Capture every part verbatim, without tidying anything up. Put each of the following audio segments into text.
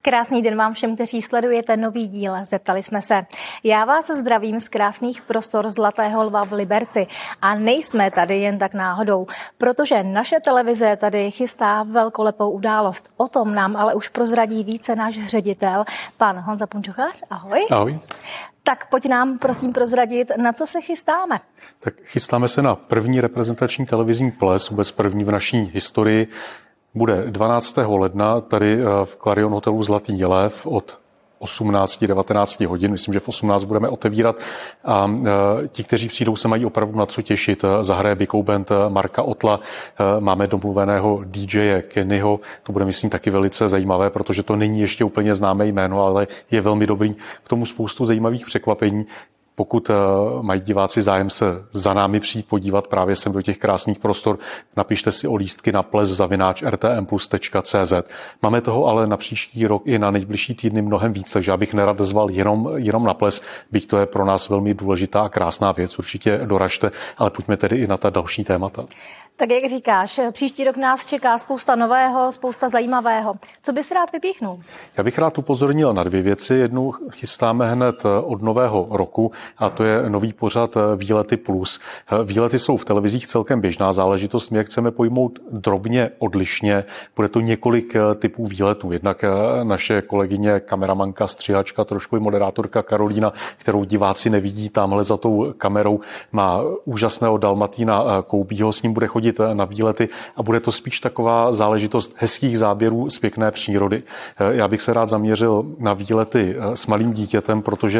Krásný den vám všem, kteří sledujete nový díl. Zeptali jsme se. Já vás zdravím z krásných prostor Zlatého lva v Liberci. A nejsme tady jen tak náhodou, protože naše televize tady chystá velkolepou událost. O tom nám ale už prozradí více náš ředitel, pan Honza Punčochář. Ahoj. Ahoj. Tak pojď nám prosím prozradit, na co se chystáme. Tak chystáme se na první reprezentační televizní ples, vůbec první v naší historii. Bude dvanáctého ledna tady v Clarion hotelu Zlatý lev od osmnáct devatenáct hodin. Myslím, že v osmnáct budeme otevírat. A ti, kteří přijdou, se mají opravdu na co těšit. Zahraje Bikou band Marka Otla. Máme domluveného dý džeje Kennyho. To bude, myslím, taky velice zajímavé, protože to není ještě úplně známé jméno, ale je velmi dobrý. K tomu spoustu zajímavých překvapení. Pokud mají diváci zájem se za námi přijít podívat právě sem do těch krásných prostor, napište si o lístky na ples zavináč r t m plus tečka c z. Máme toho ale na příští rok i na nejbližší týdny mnohem víc, takže já bych nerad zval jenom, jenom na ples, byť to je pro nás velmi důležitá a krásná věc, určitě doražte, ale pojďme tedy i na ta další témata. Tak jak říkáš, příští rok nás čeká spousta nového, spousta zajímavého. Co bys rád vypíchnul? Já bych rád upozornil na dvě věci. Jednu chystáme hned od nového roku a to je nový pořad Výlety plus. Výlety jsou v televizích celkem běžná záležitost. My je chceme pojmout drobně odlišně. Bude to několik typů výletů. Jednak naše kolegyně, kameramanka, střihačka, trošku i moderátorka Karolína, kterou diváci nevidí tamhle za tou kamerou, má úžasného Dalmatína Koubího, s ním bude chodit na výlety a bude to spíš taková záležitost hezkých záběrů z pěkné přírody. Já bych se rád zaměřil na výlety s malým dítětem, protože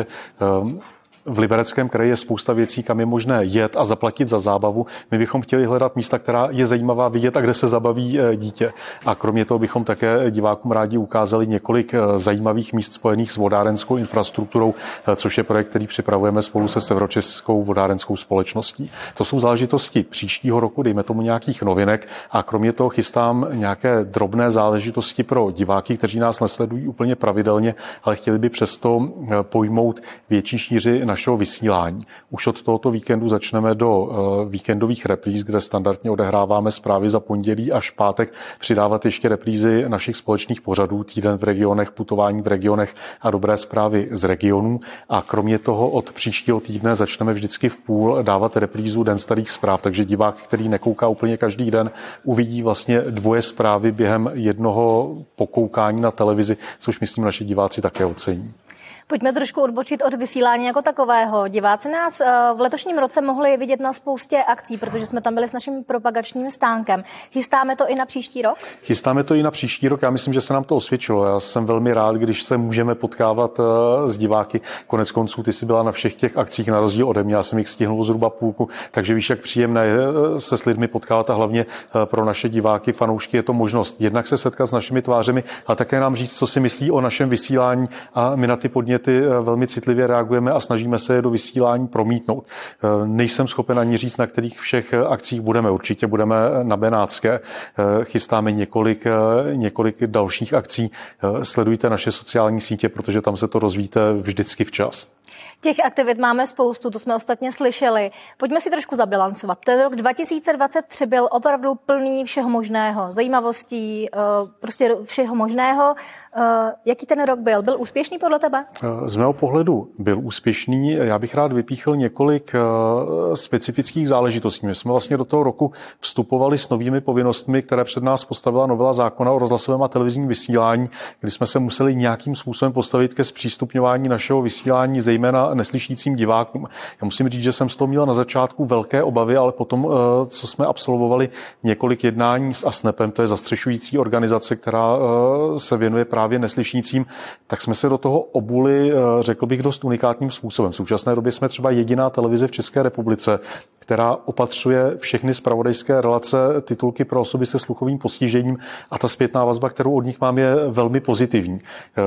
v Libereckém kraji je spousta věcí, kam je možné jet a zaplatit za zábavu. My bychom chtěli hledat místa, která je zajímavá vidět a kde se zabaví dítě. A kromě toho bychom také divákům rádi ukázali několik zajímavých míst spojených s vodárenskou infrastrukturou, což je projekt, který připravujeme spolu se Severočeskou vodárenskou společností. To jsou záležitosti příštího roku, dejme tomu nějakých novinek, a kromě toho chystám nějaké drobné záležitosti pro diváky, kteří nás nesledují úplně pravidelně, ale chtěli by přesto pojmout větší šíři našeho vysílání. Už od tohoto víkendu začneme do víkendových repríz, kde standardně odehráváme zprávy za pondělí až pátek, přidávat ještě reprízy našich společných pořadů, týden v regionech, putování v regionech a dobré zprávy z regionů. A kromě toho od příštího týdne začneme vždycky v půl dávat reprízu Den starých zpráv, takže divák, který nekouká úplně každý den, uvidí vlastně dvoje zprávy během jednoho pokoukání na televizi, což myslím naši diváci také ocení. Pojďme trošku odbočit od vysílání jako takového. Diváci nás v letošním roce mohli vidět na spoustě akcí, protože jsme tam byli s naším propagačním stánkem. Chystáme to i na příští rok? Chystáme to i na příští rok. Já myslím, že se nám to osvědčilo. Já jsem velmi rád, když se můžeme potkávat s diváky. Konec konců ty jsi byla na všech těch akcích na rozdíl ode mě. Já jsem jich stihnul zhruba půlku, takže víš, jak příjemné je se s lidmi potkávat a hlavně pro naše diváky, fanoušky je to možnost jednak se setkat s našimi tvářemi, ale také nám říct, co si myslí o našem vysílání, a my na ty podněty velmi citlivě reagujeme a snažíme se je do vysílání promítnout. Nejsem schopen ani říct, na kterých všech akcích budeme. Určitě budeme na Benátské. Chystáme několik, několik dalších akcí. Sledujte naše sociální sítě, protože tam se to rozvíjíte vždycky včas. Těch aktivit máme spoustu, to jsme ostatně slyšeli. Pojďme si trošku zabilancovat. Ten rok dva tisíce dvacet tři byl opravdu plný všeho možného, zajímavostí, prostě všeho možného. Jaký ten rok byl? Byl úspěšný podle tebe? Z mého pohledu byl úspěšný. Já bych rád vypíchl několik specifických záležitostí. My jsme vlastně do toho roku vstupovali s novými povinnostmi, které před nás postavila novela zákona o rozhlasovém a televizním vysílání, kdy jsme se museli nějakým způsobem postavit ke zpřístupňování našeho vysílání, zejména neslyšícím divákům. Já musím říct, že jsem z toho měl na začátku velké obavy, ale potom, co jsme absolvovali několik jednání s ASNEPem, to je zastřešující organizace, která se věnuje právě neslyšícím, tak jsme se do toho obuli, řekl bych, dost unikátním způsobem. V současné době jsme třeba jediná televize v České republice, která opatřuje všechny zpravodajské relace, titulky pro osoby se sluchovým postižením, a ta zpětná vazba, kterou od nich mám, je velmi pozitivní.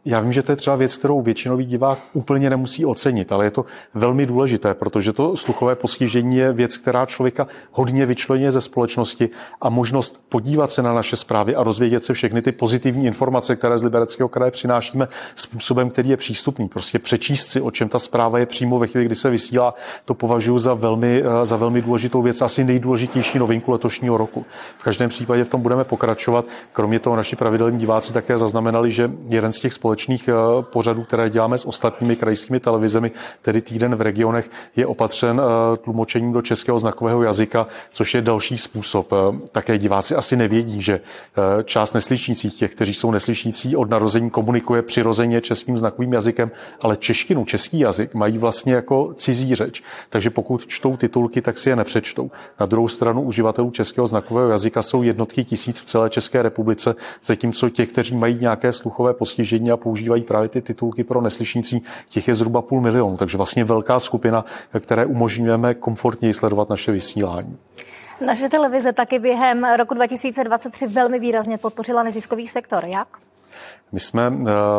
Já vím, že to je třeba věc, kterou většinový divák úplně nemusí ocenit, ale je to velmi důležité, protože to sluchové postižení je věc, která člověka hodně vyčleňuje ze společnosti a možnost podívat se na naše zprávy a rozvědět se všechny ty pozitivní informace, které z Libereckého kraje přinášíme způsobem, který je přístupný. Prostě přečíst si, o čem ta zpráva je přímo ve chvíli, kdy se vysílá, to považuji za velmi, za velmi důležitou věc, asi nejdůležitější novinku letošního roku. V každém případě v tom budeme pokračovat. Kromě toho naši pravidelní diváci také zaznamenali, že jeden z těch společných pořadů, které děláme s ostatními krajskými televizemi, tedy Týden v regionech, je opatřen tlumočením do českého znakového jazyka, což je další způsob. Také diváci asi nevědí, že část neslyšících, těch, kteří jsou neslyšící, od narození komunikuje přirozeně českým znakovým jazykem, ale češtinu, český jazyk mají vlastně jako cizí řeč. Takže pokud čtou titulky, tak si je nepřečtou. Na druhou stranu uživatelů českého znakového jazyka jsou jednotky tisíc v celé České republice, zatímco těch, kteří mají nějaké sluchové postižení a používají právě ty titulky pro neslyšící, těch je zhruba půl milionu. Takže vlastně velká skupina, které umožňujeme komfortněji sledovat naše vysílání. Naše televize taky během roku dva tisíce dvacet tři velmi výrazně podpořila neziskový sektor. Jak? My jsme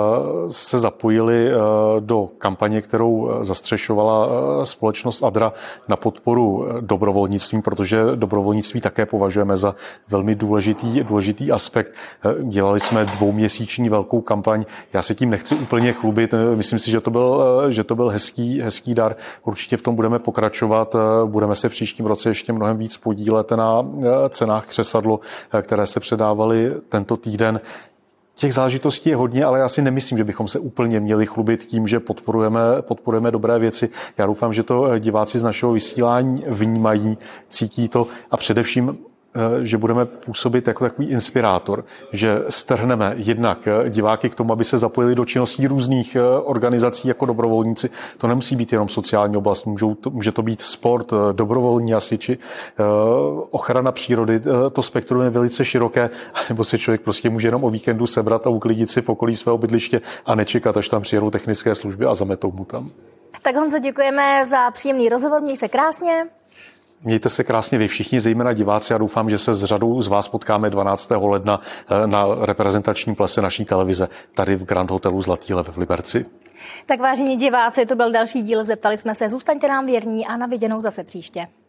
se zapojili do kampaně, kterou zastřešovala společnost Adra na podporu dobrovolnictví, protože dobrovolnictví také považujeme za velmi důležitý, důležitý aspekt. Dělali jsme dvouměsíční velkou kampaň. Já se tím nechci úplně chlubit. Myslím si, že to byl, že to byl hezký, hezký dar. Určitě v tom budeme pokračovat. Budeme se v příštím roce ještě mnohem víc podílet na cenách křesadlo, které se předávaly tento týden. Těch záležitostí je hodně, ale já si nemyslím, že bychom se úplně měli chlubit tím, že podporujeme, podporujeme dobré věci. Já doufám, že to diváci z našeho vysílání vnímají, cítí to a především, že budeme působit jako takový inspirátor, že strhneme jednak diváky k tomu, aby se zapojili do činností různých organizací jako dobrovolníci. To nemusí být jenom sociální oblast, můžou to, může to být sport, dobrovolní hasiči, ochrana přírody, to spektrum je velice široké, nebo se člověk prostě může jenom o víkendu sebrat a uklidit si v okolí svého bydliště a nečekat, až tam přijedou technické služby a zametou mu tam. Tak Honzo, děkujeme za příjemný rozhovor, měj se krásně. Mějte se krásně vy všichni, zejména diváci, a doufám, že se s řadou z vás potkáme dvanáctého ledna na reprezentačním plese naší televize tady v Grand Hotelu Zlatý lev v Liberci. Tak vážení diváci, to byl další díl Zeptali jsme se. Zůstaňte nám věrní a na viděnou zase příště.